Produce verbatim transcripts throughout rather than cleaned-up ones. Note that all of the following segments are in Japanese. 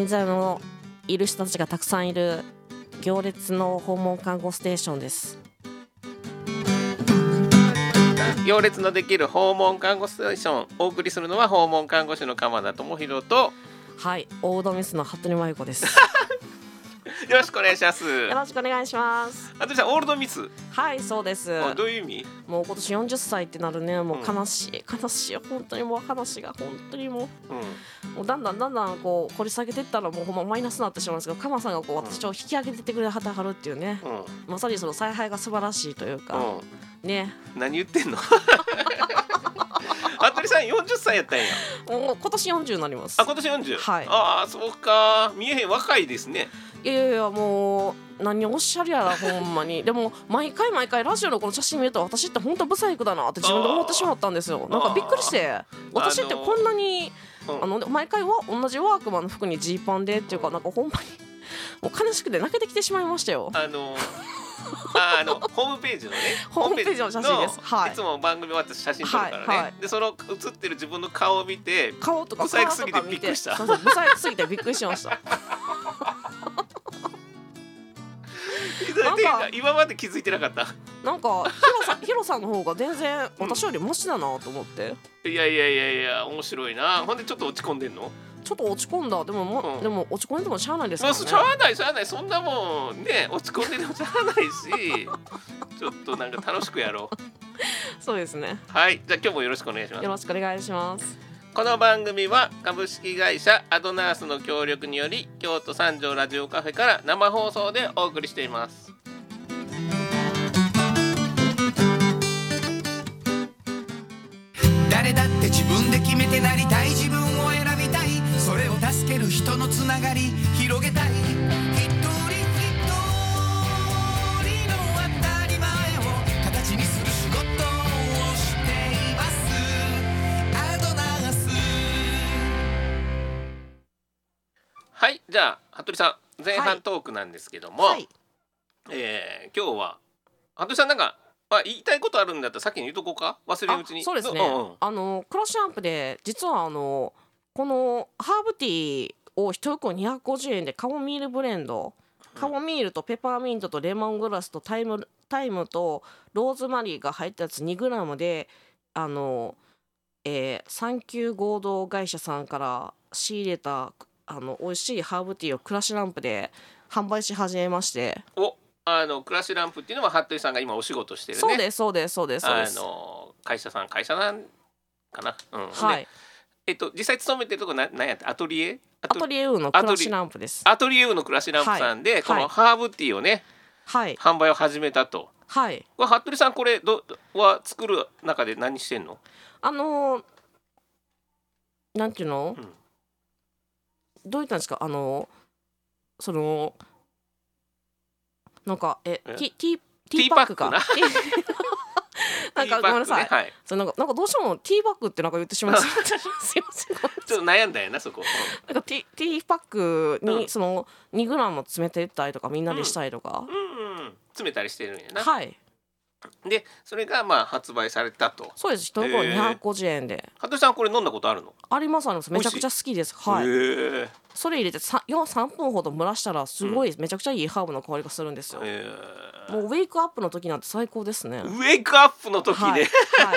人材のいる人たちがたくさんいる行列の訪問看護ステーションです。 行列のできる訪問看護ステーション、お送りするのは訪問看護師の鎌田智博と、 はい、オードミスの服部真由子ですよろしくお願いします。 よろしくお願いします。 服部さん、オールドミス。 はい、そうです。 どういう意味？ もう今年よんじゅっさいってなるね。もう悲しい、うん、悲しい、本当にもう話が本当にもう、うん、もうだんだんだんだんこう掘り下げていったらもうほんまマイナスになってしまうんですけど、鎌さんがこう私を引き上げてってくれはたはるっていうね、うん、まさにその采配が素晴らしいというか、うん、ね。 何言ってんの服部さんよんじゅっさいやったんや。 もう今年よんじゅうになります。 あ、今年よんじゅう。 はい。 ああ、そうか、見えへん、若いですね。 いやいやいや、もう何をおっしゃるやらほんまにでも毎回毎回ラジオのこの写真見ると私って本当ブサイクだなって自分で思ってしまったんですよ。なんかびっくりして、私ってこんなにあの、うん、毎回は同じワークマンの服にジーパンでっていうか、なんかほんまにもう悲しくて泣けてきてしまいましたよ。 あのああのホームページのねホームページの写真です、はい、 いつも番組終わって写真撮るからね、はいはい、でその写ってる自分の顔を見て、 顔とかブサイクすぎてびっくりした。 そうそう、ブサイクすぎてびっくりしましたなんか今まで気づいてなかった。 なんかヒロさん、ヒロさんの方が全然私よりマシだなと思って、 うん、いやいやいやいや、面白いな。ほんでちょっと落ち込んでんの？ ちょっと落ち込んだ。でも、まうん、でも落ち込んでもしゃあないですからね。 まあ、しゃあないしゃあない、そんなもんね、落ち込んでてもしゃあないしちょっとなんか楽しくやろうそうですね。 はい、じゃあ今日もよろしくお願いします。 よろしくお願いします。 この番組は株式会社アドナースの協力により京都三条ラジオカフェから生放送でお送りしています。 誰だって自分で決めてなりたい、自分を選びたい、それを助ける人のつながり広げたい、一人一人の当たり前を形にする仕事をしています。アドナース。 はい、じゃあ服部さん、前半トークなんですけども、はい、えー、今日は服部さんなんかまあ、言いたいことあるんだったら先に言うとこうか、忘れんうちに。 そうですね、うんうん、あのクラッシュアンプで実はあのこのハーブティーを一袋にひゃくごじゅうえんでカモミールブレンド、カモミールとペパーミントとレモングラスとタイム、タイムとローズマリーが入ったやつ にグラム であの、えー、産休合同会社さんから仕入れたあの美味しいハーブティーをクラッシュランプで販売し始めまして。 おあのクラッシュランプっていうのは服部さんが今お仕事してるね。 そうですそうですそうですそうです。 あの会社さん会社なんかな、うん、 はい。 えっと実際勤めてるとこな何やってアトリエアトリエウーのクラッシュランプです。 アトリエウーのクラッシュランプさんで、はい、このハーブティーをね、はい、販売を始めたと。 はい。 これ服部さんこれどは作る中で何してんの？ あのー、なんていうの、うん、どう言ったんですか、あのー、そのなんかええティティティーパックかなんかごめんなさい、はい、そうなんかなんかどうしてもティーバッグってなんか言ってしまいましたすいません、ちょっと悩んだよなそこ。 なんかティティーパックにそのにグラム詰めていったりとかみんなでしたりとか、 うんうんうん、詰めたりしてるんやな。 はい。 でそれがまあ発売されたと。 そうです。一袋にひゃくごじゅうえんで。 服部さんこれ飲んだことあるの？ ありますあります。めちゃくちゃ好きです。はい。それ入れて さん, さんぷんほど蒸らしたらすごいめちゃくちゃいいハーブの香りがするんですよ。もうウェイクアップの時なんて最高ですね。 ウェイクアップの時ね。はい。はい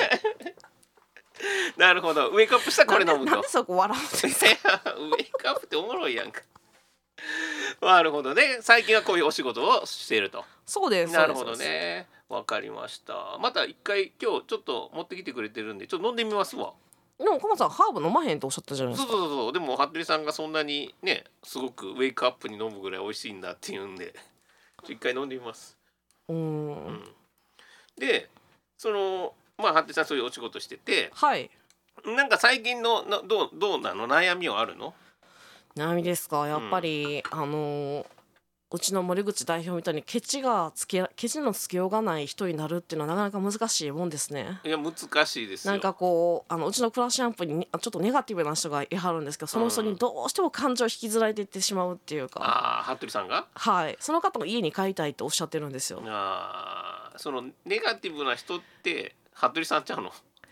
なるほど。ウェイクアップしたらこれ飲むと。 なんでそこ笑うんですか？ ウェイクアップっておもろいやんか。なるほどね。最近はこういうお仕事をしていると。 そうです。 なるほどね。わかりました。また一回今日ちょっと持ってきてくれてるんでちょっと飲んでみますわ。 でも鎌さんハーブ飲まへんとおっしゃったじゃないですか。 そうそうそう。でも服部さんがそんなにねすごくウェイクアップに飲むぐらい美味しいんだっていうんで一回飲んでみます。 うーん、うん、 でそのまあ服部さんそういうお仕事してて、 はい。 なんか最近のなどうどうなの悩みはあるの？ 悩みですか。やっぱり、うん、あのーうちの森口代表みたいにケチがつけケチのつけようがない人になるっていうのはなかなか難しいもんですね。 いや難しいですよ。 なんかこうあのうちのクラッシュアンプにちょっとネガティブな人がいはるんですけど、その人にどうしても感情を引きずられていってしまうっていうか、 うん、ああ服部さんがはいその方も家に帰りたいっておっしゃってるんですよ。 ああそのネガティブな人って服部さんちゃうの？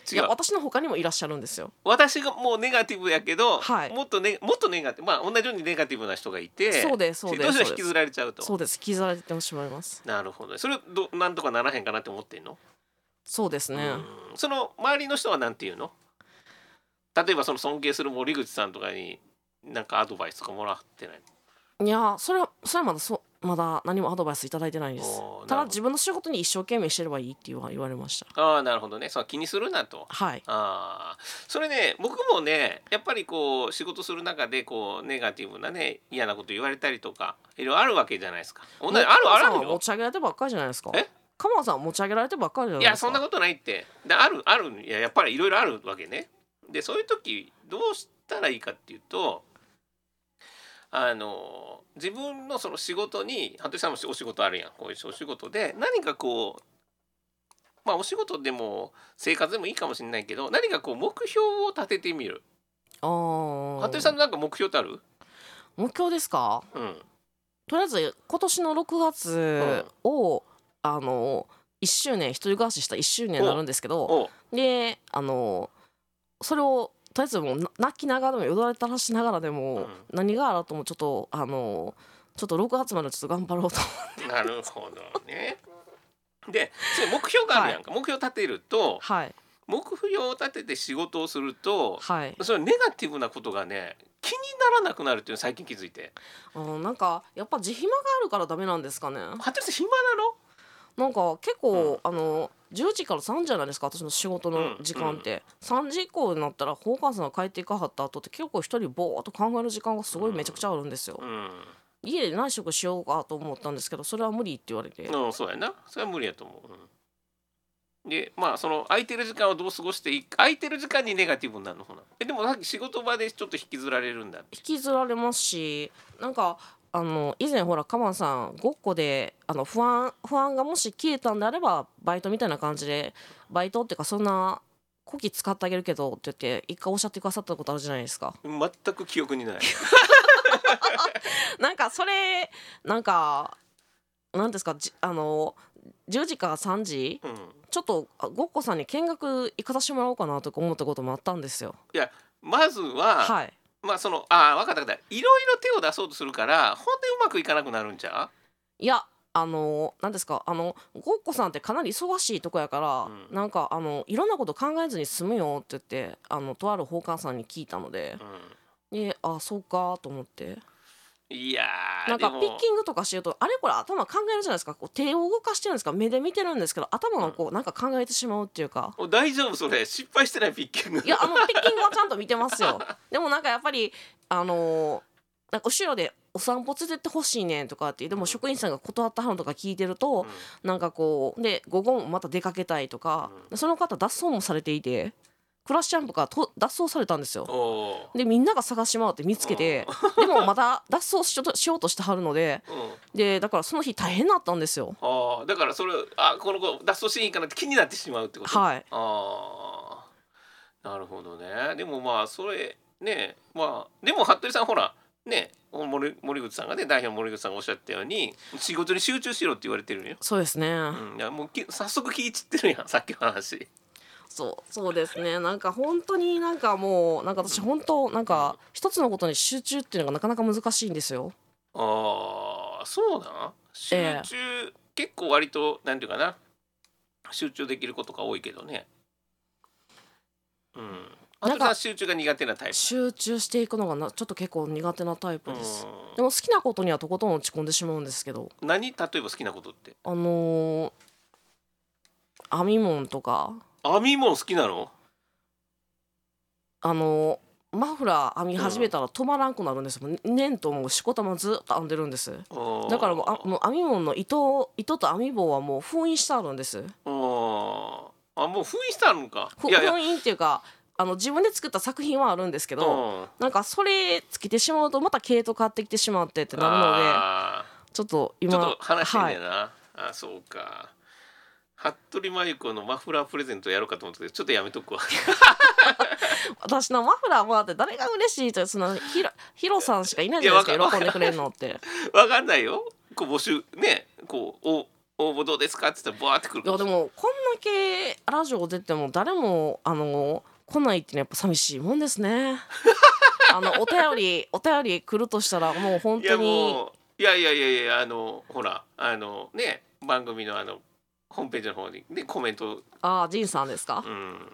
いや私の他にもいらっしゃるんですよ。 私がもうネガティブやけど、 はい、 もっとねもっとネガティブ、まあ同じようにネガティブな人がいて、 そうですそうです、 どうしても引きずられちゃうと。 そうです、引きずられてしまいます。 なるほど、それどなんとかならへんかなって思ってんの？ そうですね。 その周りの人はなんて言うの？例えばその尊敬する森口さんとかになんかアドバイスとかもらってない？ いやそれはそれはまだそまだ何もアドバイスいただいてないです。ただ自分の仕事に一生懸命してればいいって言われました。 ああなるほどね、そう気にするなと。 はい。 ああそれね僕もねやっぱりこう仕事する中でこうネガティブなね嫌なこと言われたりとかいろいろあるわけじゃないですか。同じあるあるよ。 持ち上げられてばっかりじゃないですか。 え？ 鎌田さん持ち上げられてばっかりじゃないですか。 いやそんなことないって。であるあるいややっぱりいろいろあるわけね。でそういう時どうしたらいいかっていうと、あの自分のその仕事に服部さんもお仕事あるやん、こういうお仕事で何かこうまあお仕事でも生活でもいいかもしれないけど何かこう目標を立ててみる。 ああ。 服部さんのなんか目標ってある？ 目標ですか？ うん。 とりあえず今年のろくがつを、うん、あのいっしゅうねん一人暮らししたいっしゅうねんになるんですけど、であのそれをとりあえずもう泣きながらでもよだれ垂らしながらでも、うん、何があるともちょっとあのちょっとろくがつまでちょっと頑張ろうと思って。 なるほどね。でそれ目標があるやんか、はい、目標立てると、はい、目標を立てて仕事をすると、はい、それネガティブなことがね気にならなくなるっていうの最近気づいて。 あなんかやっぱ自暇があるからダメなんですかね。 服部さん暇なの？ なんか結構、うん、あのじゅうじからさんじじゃないですか私の仕事の時間って、うんうん、さんじ以降になったら保管さんが帰っていかはった後って結構一人ぼーっと考える時間がすごいめちゃくちゃあるんですよ、うんうん、家で内職しようかと思ったんですけどそれは無理って言われて。 うんそうやな、それは無理やと思う、うん、でまあその空いてる時間をどう過ごしていい、空いてる時間にネガティブになるのほな。えでもさっき仕事場でちょっと引きずられるんだって。 引きずられますし、なんかあの以前ほら鎌田さんごっこであの不安不安がもし消えたんであればバイトみたいな感じでバイトっていうかそんなこき使ってあげるけどって言って一回おっしゃってくださったことあるじゃないですか。 全く記憶にないなんかそれなんかなんですかじあのじゅうじからさんじ、うん、ちょっとごっこさんに見学行かさせてもらおうかなとか思ったこともあったんですよ。 いやまずは、はい、まあそのあ分かった分かった、いろいろ手を出そうとするからほんでうまくいかなくなるんちゃう？ いやあのなんですかあのごっこさんってかなり忙しいとこやから、うん、なんかあのいろんなこと考えずに済むよって言ってあのとある奉還さんに聞いたので、うん、であそうかと思って。 いやなんかピッキングとかしてるとあれこれ頭考えるじゃないですか。こう手を動かしてるんですか目で見てるんですけど頭がこうなんか考えてしまうっていうか、 うん、大丈夫それ失敗してないピッキング？ いやあのピッキングはちゃんと見てますよでもなんかやっぱりあのー、なんか後ろでお散歩連れてってほしいねんとかってでも職員さんが断ったのとか聞いてると、うん、なんかこうで午後もまた出かけたいとか、うん、その方脱走もされていてクラッシュキャンプからと脱走されたんですよ。でみんなが探し回って見つけてでもまた脱走しようとしようとしてはるので、でだからその日大変だったんですよ。 あだからそれあこの子脱走していいかなって気になってしまうってこと？ はい。 あなるほどね。でもまあそれねまあでも服部さんほらね森, 森口さんがね代表の森口さんがおっしゃったように仕事に集中しろって言われてるよ。 そうですね、 うん、いやもう早速気い散ってるやんさっきの話。 そうそうですね。なんか本当になんかもうなんか私本当なんか一つのことに集中っていうのがなかなか難しいんですよ。 ああそうなん集中、えー、結構割となんていうかな集中できることが多いけどね。うんなんか集中が苦手なタイプ。 集中していくのがなちょっと結構苦手なタイプです。でも好きなことにはとことん落ち込んでしまうんですけど。 何例えば好きなことって？ あのー、編み物とか。 編み物好きなの？ あのマフラー編み始めたら止まらんくなるんですよ。粘土もしこたまずっと編んでるんです。だからもう、あもう編み物の糸糸と編み棒はもう封印してあるんです。 ああもう封印してあるのか。 封印っていうかあの自分で作った作品はあるんですけど、なんかそれつけてしまうとまた毛糸買ってきてしまってってなるのでちょっと今ちょっと話してんねんな、はい、あそうか。服部真由子のマフラープレゼントやろうかと思ったけどちょっとやめとくわ私のマフラーもらって誰が嬉しいってそのヒロ、ヒロさんしかいないじゃないですか喜んでくれるのって分かんないよこう募集ねこうお応募どうですかって言ったらバーってくるいやでもこんだけラジオ出ても誰もあの来ないっていうのはやっぱ寂しいもんですねあのお便りお便り来るとしたらもう本いや当にもういやいやいやいやあのほらあのね番組のあのホームページの方にねコメント、 ああジンさんですか、 うん、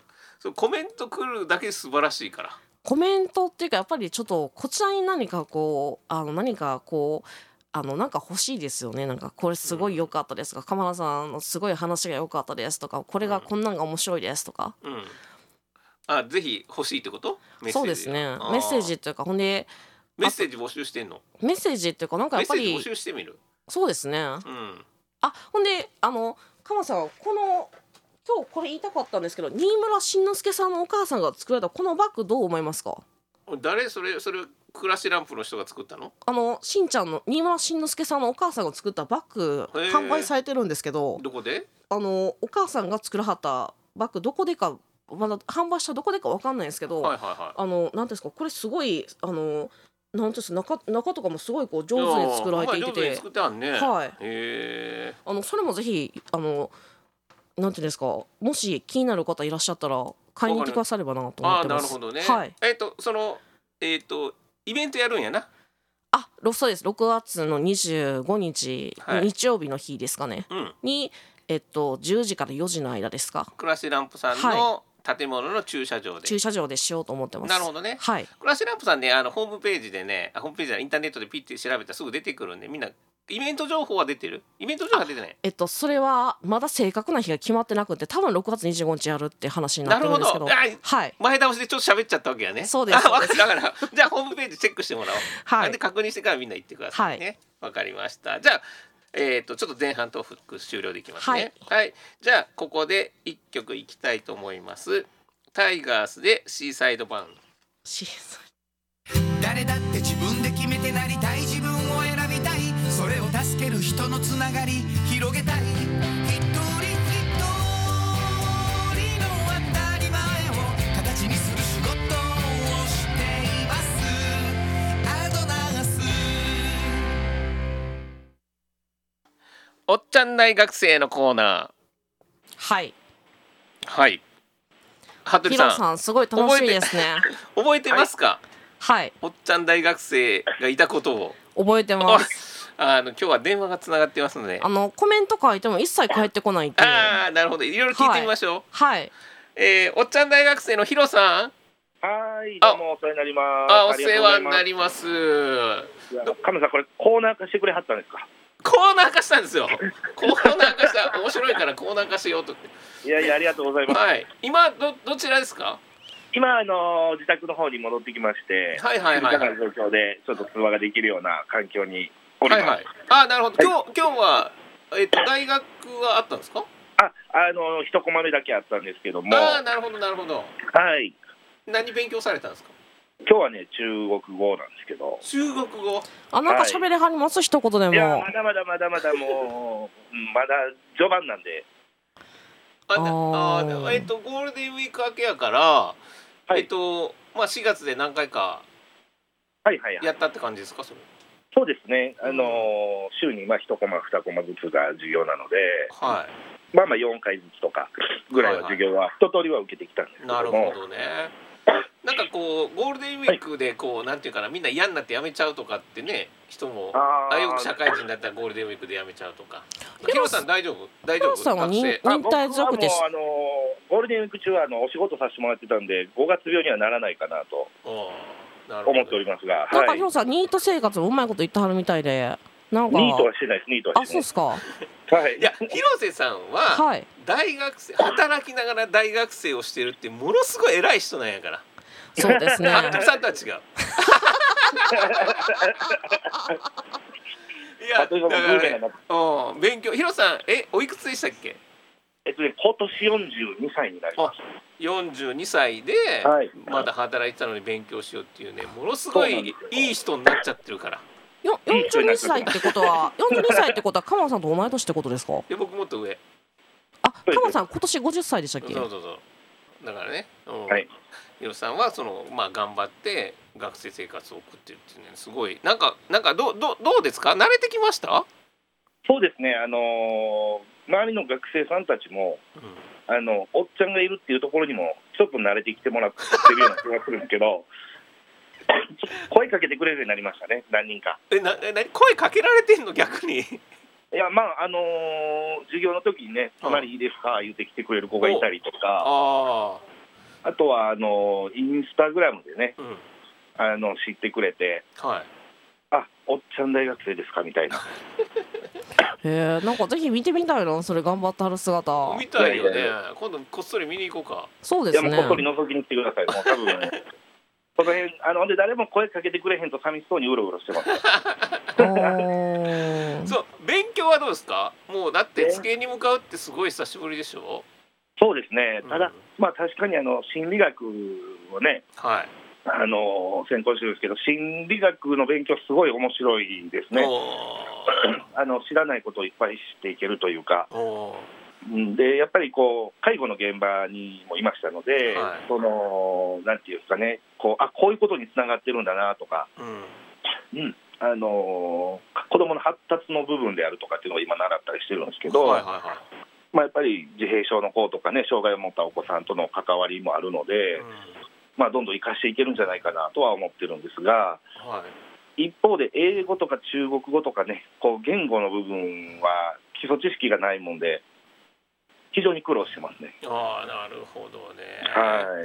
そうコメント来るだけ素晴らしいから。 コメントっていうかやっぱりちょっとこちらに何かこうあの何かこうあのなんか欲しいですよね。なんかこれすごい良かったですとか、鎌田さんのすごい話が良かったですとか、これがこんなんが面白いですとか、 うん、あぜひ欲しいってことメッセージそうですね。 あーメッセージっていうかほんでメッセージ募集してんの。 メッセージっていうかなんかやっぱりメッセージ募集してみる。 そうですね。 うんあほんであの鎌田さんこの今日これ言いたかったんですけど、新村慎之介さんのお母さんが作られたこのバッグどう思いますか？ 誰それそれクラシランプの人が作ったの？ あのしんちゃんの新村慎之介さんのお母さんが作ったバッグへー販売されてるんですけど、 どこで？ あのお母さんが作らはったバッグどこでかまだ販売したどこでかわかんないんですけど、 はいはいはい。 あのなんていうんですかこれすごいあのなんていうんですか中中とかもすごいこう上手に作られていてや上手にて、 作ってあんね。 はいへえ。 あのそれもぜひあのなんていうんですかもし気になる方いらっしゃったら買いに行ってくださればなと思ああってます。 なるほどね。 はい。 えっ、とそのえっ、とイベントやるんやな。 あ、ろそうですろくがつのにじゅうごにち、 はい日曜日の日ですかねうん。 にえっとじゅうじからよじの間ですか、 クラシランプさんの建物の駐車場で。 駐車場でしようと思ってます。 なるほどね。 はい。 クラシランプさんねあのホームページでねあホームページでインターネットでピッて調べたらすぐ出てくるんでみんなイベント情報は出てる？イベント情報は出てない？ えっとそれはまだ正確な日が決まってなくて多分ろくがつにじゅうごにちやるって話になってるんですけど、 なるほど。 はい前倒しでちょっと喋っちゃったわけやね。 そうですあ、わかそうですだからじゃあホームページチェックしてもらおう。 はいで確認してからみんな行ってくださいね。わ、かりました。じゃあえっ、とちょっと前半とフック終了できますね。はい。じゃあここで一曲いきたいと思います。タイガースでシーサイドバウンド。 し誰だって自分で決めてなりたい自分を選びたいそれを助ける人のつながり広げたい一人一人の当たり前を形にする仕事をしていますアドナースおっちゃん大学生のコーナはい。 ー。はい。服部ヒさんロさんすごい楽しみですね。 覚えてますか？ はい。 おっちゃん大学生がいたことを。 覚えてます。 あの今日は電話がつながってますので。 あのコメント書いても一切返ってこないっていう。 ああなるほどいろいろ聞いてみましょう。 はい。 えーおっちゃん大学生のヒロさん。 はい、どうもお世話になります。 あおりがと世話にうございますなります。 いやカメさん、これコーナー化してくれはったんですか？ コーナー化したんですよ。コーナー化した面白いからコーナー化しようと。 いやいや、ありがとうございます。 はい。今どどちらですか？ 今、あの自宅の方に戻ってきまして、 はいはいはい静かな状況でちょっと通話ができるような環境におります。 はいはい。あなるほど。今日今日はえっと大学はあったんですか？ あ、あの一コマ目だけあったんですけども、 ああなるほどなるほど。 はい。 何勉強されたんですか？ 今日はね、中国語なんですけど、 中国語。 あなんか喋れはります一言でいや、 もま。だまだまだまだもう、うんまだ序盤なんで、 あなああーーえっとゴールデンウィーク明けやから、 はいえっとまあしがつで何回かはいはいはい。 やったって感じですかそれ？ そうですね、あの週にまあいちコマ、にコマずつが授業なので、 はい。 まあまあよんかいずつとかぐらいは授業は一通りは受けてきたんですけども、 なるほどね。なんかこうゴールデンウィークでこう、なんていうかなみんな嫌になって辞めちゃうとかってね人もあーあよく社会人だったらゴールデンウィークで辞めちゃうとか。ヒロさん大丈夫大丈夫ヒロさんは学生。 あ忍耐強くて僕はもうあのゴールデンウィーク中はあのお仕事させてもらってたんでごがつ病にはならないかなとうんなるほど思っておりますが、 なんかはい、 ヒロさんニート生活もうまいこと言ってはるみたいで、なんかニートはしてないです、ニートはあしてそうないっですす。はいいや広瀬さんははい。 大学生働きながら大学生をしてるってものすごい偉い人なんやから。 そうですね。 服部さんとは違う。いや服部さんもだからね有名なうん勉強ヒロさんえおいくつでしたっけ？ えっとね、今年よんじゅうにさいになります。 よんじゅうにさいではいまだ働いてたのに勉強しようっていうねものすごいそうなんですよいい人になっちゃってるから。 よよんじゅうにさいってことはよんじゅうにさいってことは鎌田さんと同い年ってことですか？ で僕もっと上。 あ鎌田さん今年ごじゅっさいでしたっけ？ そうそうそうだからね、うんはいヒロさんはそのまあ頑張って学生生活を送ってるっていうねすごいなんかなんかどうどうどうですか慣れてきました？ そそうですね、あのー周りの学生さんたちも、 うん、 あのおっちゃんがいるっていうところにもちょっと慣れてきてもらってるような気がするんですけど声かけてくれるようになりましたね、何人か。 えなな声かけられてんの逆にいや、まああのー授業の時にね、隣いいですか言ってきてくれる子がいたりとか、 ああとはあのーインスタグラムでね、 あ、うん、 あの知ってくれて、 はい、 あ、おっちゃん大学生ですかみたいな。 へえ、なんかぜひ見てみたいな、それ頑張ってはる姿。 見たいよね。 いやいや今度こっそり見に行こうか。 いや、 そうですね。 もうこっそり覗きに来てください。もう多分その辺あので誰も声かけてくれへんと寂しそうにうろうろしてます。 おーそう、勉強はどうですか？もうだって机に向かうってすごい久しぶりでしょ？ そうですね。ただ、 うんまあ確かにあの心理学をね、 はい。 あの専攻してるんですけど、心理学の勉強すごい面白いですね。あの知らないことをいっぱい知っていけるというか、 おーうんでやっぱりこう介護の現場にもいましたので、 はいそのなんていうんですかね、こうあこういうことにつながってるんだなとか、 うん、 うんあの子どもの発達の部分であるとかっていうのを今習ったりしてるんですけど、 はいはいはい。 まあ、やっぱり自閉症の子とかね、障害を持ったお子さんとの関わりもあるので、 うん、 まあ、どんどん生かしていけるんじゃないかなとは思ってるんですが、 はい。 一方で英語とか中国語とかね、こう言語の部分は基礎知識がないもんで非常に苦労してますね。 ああ、なるほどね。 はい。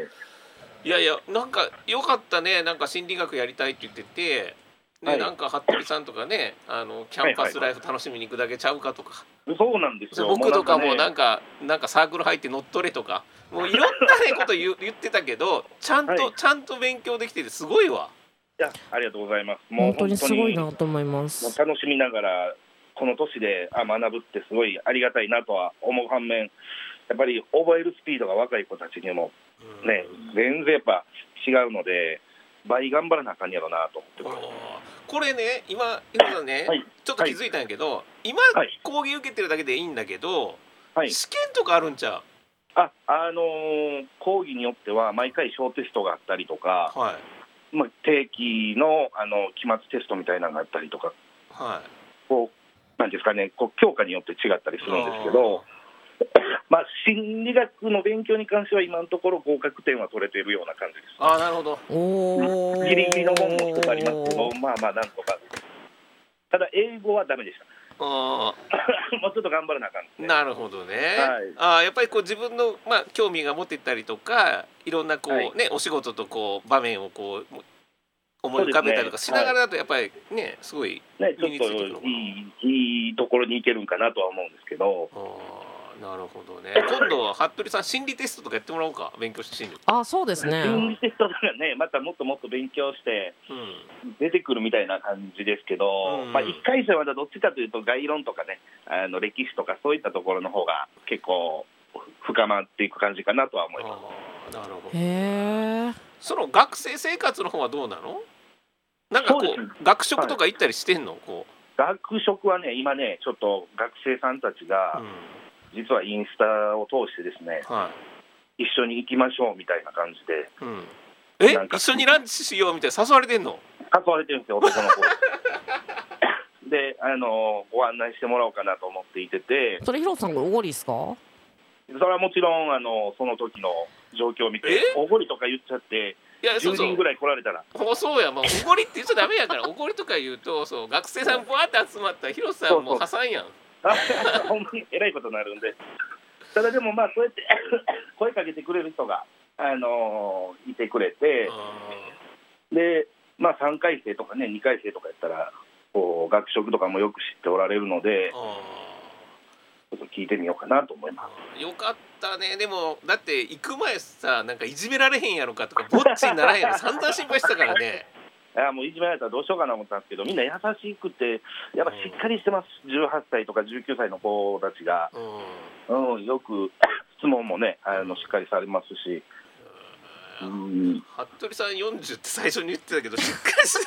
いやいや、なんかよかったね。なんか心理学やりたいって言ってて、ね、 はいなんか服部さんとかね、あのキャンパスライフ楽しみに行くだけちゃうかとか、 そうなんですよ。 僕とかもなんかかなんかサークル入って乗っ取れとか、もういろんなねこと言う言ってたけど、ちゃんと、 はいちゃんと勉強できててすごいわ。 ね、いやありがとうございます。もう本当にすごいな本と思いま当にす。 楽しみながらこの年であ学ぶってすごいありがたいなとは思う反面、やっぱり覚えるスピードが若い子たちにもね、全然やっぱ違うので倍頑張らなあかんやろなと思ってます。 これね、今今のね、 はいちょっと気づいたんやけど、今、 はい講義受けてるだけでいいんだけど、 はい、 試験とかあるんちゃあ、あのー講義によっては毎回小テストがあったりとかう？、はいまあ、定期の、あの期末テストみたいなのがあったりとか、 はい。 こうなんですかね、こう教科によって違ったりするんですけど、まあ、心理学の勉強に関しては今のところ合格点は取れているような感じです。 ああ、なるほど。 おーギリギリのもんも一つありますけど、まあまあなんとか。ただ英語はダメでしたあもうちょっと頑張らなあかんですあ、 ね。 なるほどね。 はいああ、やっぱりこう自分のまあ興味が持ってたりとか、いろんなこう、 はいねお仕事とこう場面をこう思い浮かべたりとかしながらだとやっぱりねすごいね、ちょ身っとについてくるのかな。 いいいいところに行けるんかなとは思うんですけど、 ああ、なるほどね。今度は服部さん心理テストとかやってもらおうか。勉強して心理。 あ、そうです心ね。 理テストがね、またもっともっと勉強してうん。 出てくるみたいな感じですけど、 うんまあ、いっかい生はどっちかというと概論とかね、あの歴史とかそういったところの方が結構深まっていく感じかなとは思います。 ああ、なるほど。 へえ。 その学生生活の方はどうなの？なんかこうそうですね学食とか行ったりしてんの？こ学食はね、今ね、ちょっと学生さんたちう。 がうん。 実はインスタを通してですね、 は一緒に行きましょうみたいな感じでい。うん。えなんか一緒にランチしようみたいな誘われてんの？ 誘われてるんですよ、男の子で、あのご案内してもらおうかなと思っていてて、 それヒロさんがおごりですか？ それはもちろんあのその時の状況を見てえ、 おごりとか言っちゃっていや、そう 10 そう人ぐ。らい来られたら、 おそうや、まあ、おごりって言っちゃダメやからおごりとか言うとそう学生さんバーって集まったら広瀬さんも破産やん。 あほんまにえらいことになるんで、ただでもまあそうやって声かけてくれる人が、あのいてくれて、で、まあ、さんかい生とかねにかい生とかやったらこう学食とかもよく知っておられるので、 あちょっと聞いてみようかなと思いまーよかったね。でもだって行く前さなんかいじめられへんやろかとかぼっちにならへんやろ散々心配してたからね。 す。あもういじめられたらどうしようかな思ったんですけど、みんな優しくてやっぱしっかりしてます。じゅうはっさいとかじゅうきゅうさいの子たちが、 うんうん、よく質問もねあのしっかりされますし、うん服部さんよんじゅうって最初に言ってたけどしっかりして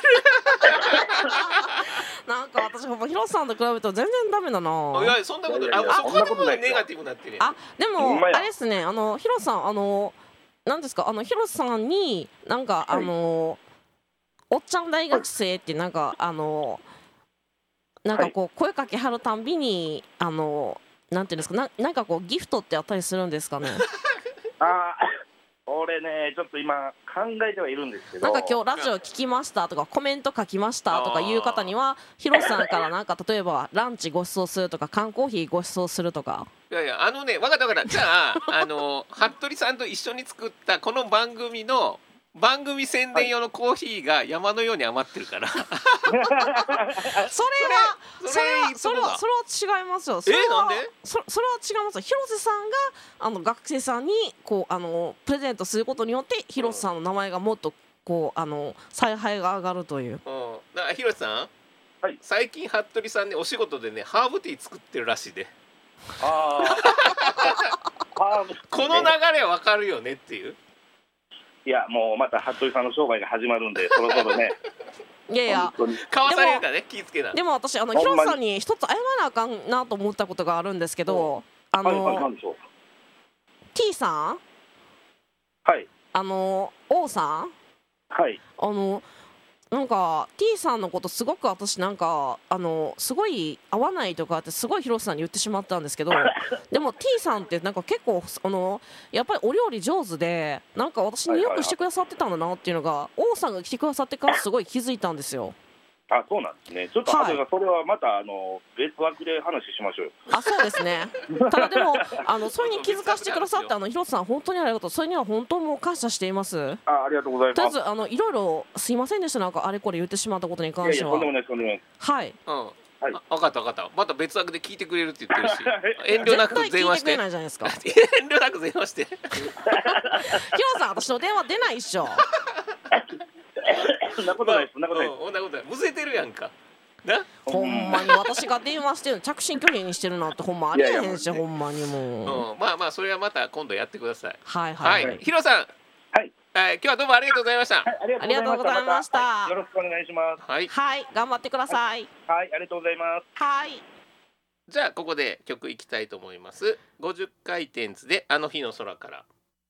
なんか私ほんまヒロさんと比べると全然ダメだな。 る。いやそんなこといやいやあそこそんなことないですよでもネガティブになってるやん。 あ、でほんまやもあれですね、あのヒロさんあのなんですか、あのヒロさんになんか、 はいあのおっちゃん大学生ってなんかあのなんかこう声かけはるたんびにあのなんていうんですか な, なんかこうギフトってあったりするんですかね。 あ俺ねちょっと今考えてはいるんですけど、 なんか今日ラジオ聞きましたとかコメント書きましたとかいう方にはヒロさんからなんか例えばランチご馳走するとか缶コーヒーご馳走するとか。 いやいやあのね分かった分かったじゃああの服部さんと一緒に作ったこの番組の番組宣伝用のコーヒーが山のように余ってるから、はい、 それはそれはそれはそれは違いますよ。それはえなんでそ, それは違いますよ。広瀬さんがあの学生さんにこうあのプレゼントすることによって広瀬さんの名前がもっとこうあの采配が上がるという、 うん、だから広瀬さん、 はい、 最近服部さんねお仕事でねハーブティー作ってるらしいであこの流れは分かるよねっていう。 いやもうまた服部さんの商売が始まるんでそろそろねいやいやかわされるからね気ぃつけな。 でも私あの広瀬さんに一つ謝らなあかんなと思ったことがあるんですけど、あの、 はいはい、何でしょう。 T さん、 はいあの王さん、 はいあのなんか T さんのことすごく私なんかあのすごい合わないとかってすごい広瀬さんに言ってしまったんですけどでも T さんってなんか結構あのやっぱりお料理上手でなんか私によくしてくださってたんだなっていうのが王さんが来てくださってからすごい気づいたんですよ。 あ、そうなんですね。ちょっと、はい、それはまたあの別枠で話しましょうよ。 あ、そうですね。ただでもあのそれに気づかせてくださってあの広瀬さん本当にありがとう。それには本当もう感謝しています。 あ、ありがとうございます。 とりあえずあのいろいろすいませんでした。なんかあれこれ言ってしまったことに関しては。 いやいやとんでもないとんでもない。 はい。 うん。 はい、 あ、分かった分かった。また別枠で聞いてくれるって言ってるし遠慮なく電話して。 絶対聞いてくれないじゃないですか。 遠慮なく電話して。 広瀬さん私の電話出ないっしょ。 そんなことないです。そんなことない。 そんなことない。むせてるやんか。なほんまに私が電話してるの着信拒否にしてるなんてほんまありえへんしほんまにもう、 うん、まあまあそれはまた今度やってください。 はいはい、 はい、ヒロさん、 はい、 はい、今日はどうもありがとうございました。 はい、 ありがとうございました、 またよろしくお願いします。 はい、 はい、頑張ってください。 はい、はい、ありがとうございます。 はい、 じゃあここで曲いきたいと思います。ごじゅっかいてんつであの日の空から。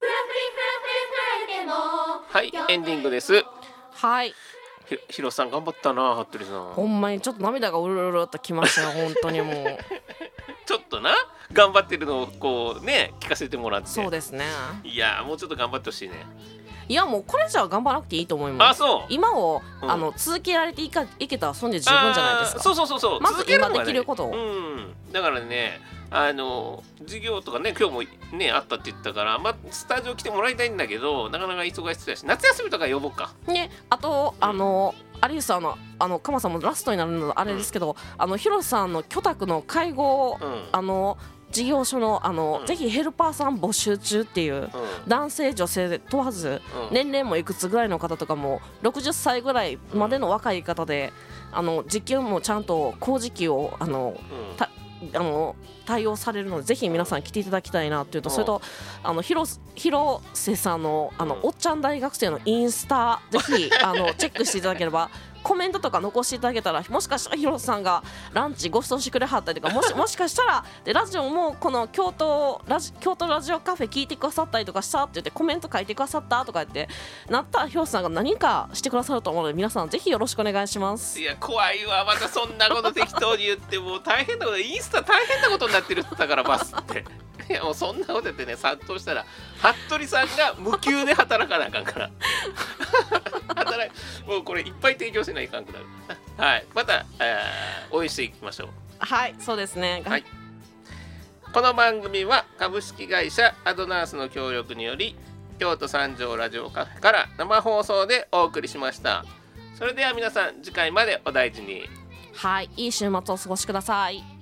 はい、エンディングです。 はい、 ひヒロさん頑張ったな、服部さん。 ほんまにちょっと涙がうるうるっときましたよ本当にもうちょっとな頑張ってるのをこうね聞かせてもらって。 そうですね。 いやもうちょっと頑張ってほしいね。 いやもうこれじゃ頑張らなくていいと思います。 あ、そう。 今を、うん、あの続けられていかいけたらそんで十分じゃないですか。 そうそうそうそう。 まず今できることを、 うん、だからねあの授業とかね今日もねあったって言ったから、まあ、スタジオ来てもらいたいんだけどなかなか忙しそうだし夏休みとか呼ぼうかね。あと、うん、あの有吉さんのあの鎌さんもラストになるのあれですけど、うん、あの広瀬さんの居宅の介護、うん、あの事業所のあの、うん、ぜひヘルパーさん募集中っていう、うん、男性女性で問わず、うん、年齢もいくつぐらいの方とかもろくじゅっさいぐらいまでの若い方で、あの時給もちゃんと工事機をあの、うんたあの対応されるのでぜひ皆さん来ていただきたいなっていうと、それとあの広広瀬さんのあのおっちゃん大学生のインスタぜひあのチェックしていただければコメントとか残していただけたらもしかしたら広瀬さんがランチご馳走してくれはったりとかもしもしかしたらでラジオもこの京都ラジ京都ラジオカフェ聞いてくださったりとかしたって言ってコメント書いてくださったとか言ってなったら広瀬さんが何かしてくださると思うので皆さんぜひよろしくお願いします。 いや怖いわまたそんなこと適当に言ってもう大変なことインスタ大変なことになってるって言ったからバスっていやもうそんなこと言ってね殺到したら服部さんが無給で働かなあかんから働いもうこれいっぱい提供せないかんくなるはいまた、えー、応援していきましょう。 はいそうですね、 はい、この番組は株式会社アドナースの協力により京都三条ラジオカフェから生放送でお送りしました。それでは皆さん次回までお大事に。 はいいい週末をお過ごしください。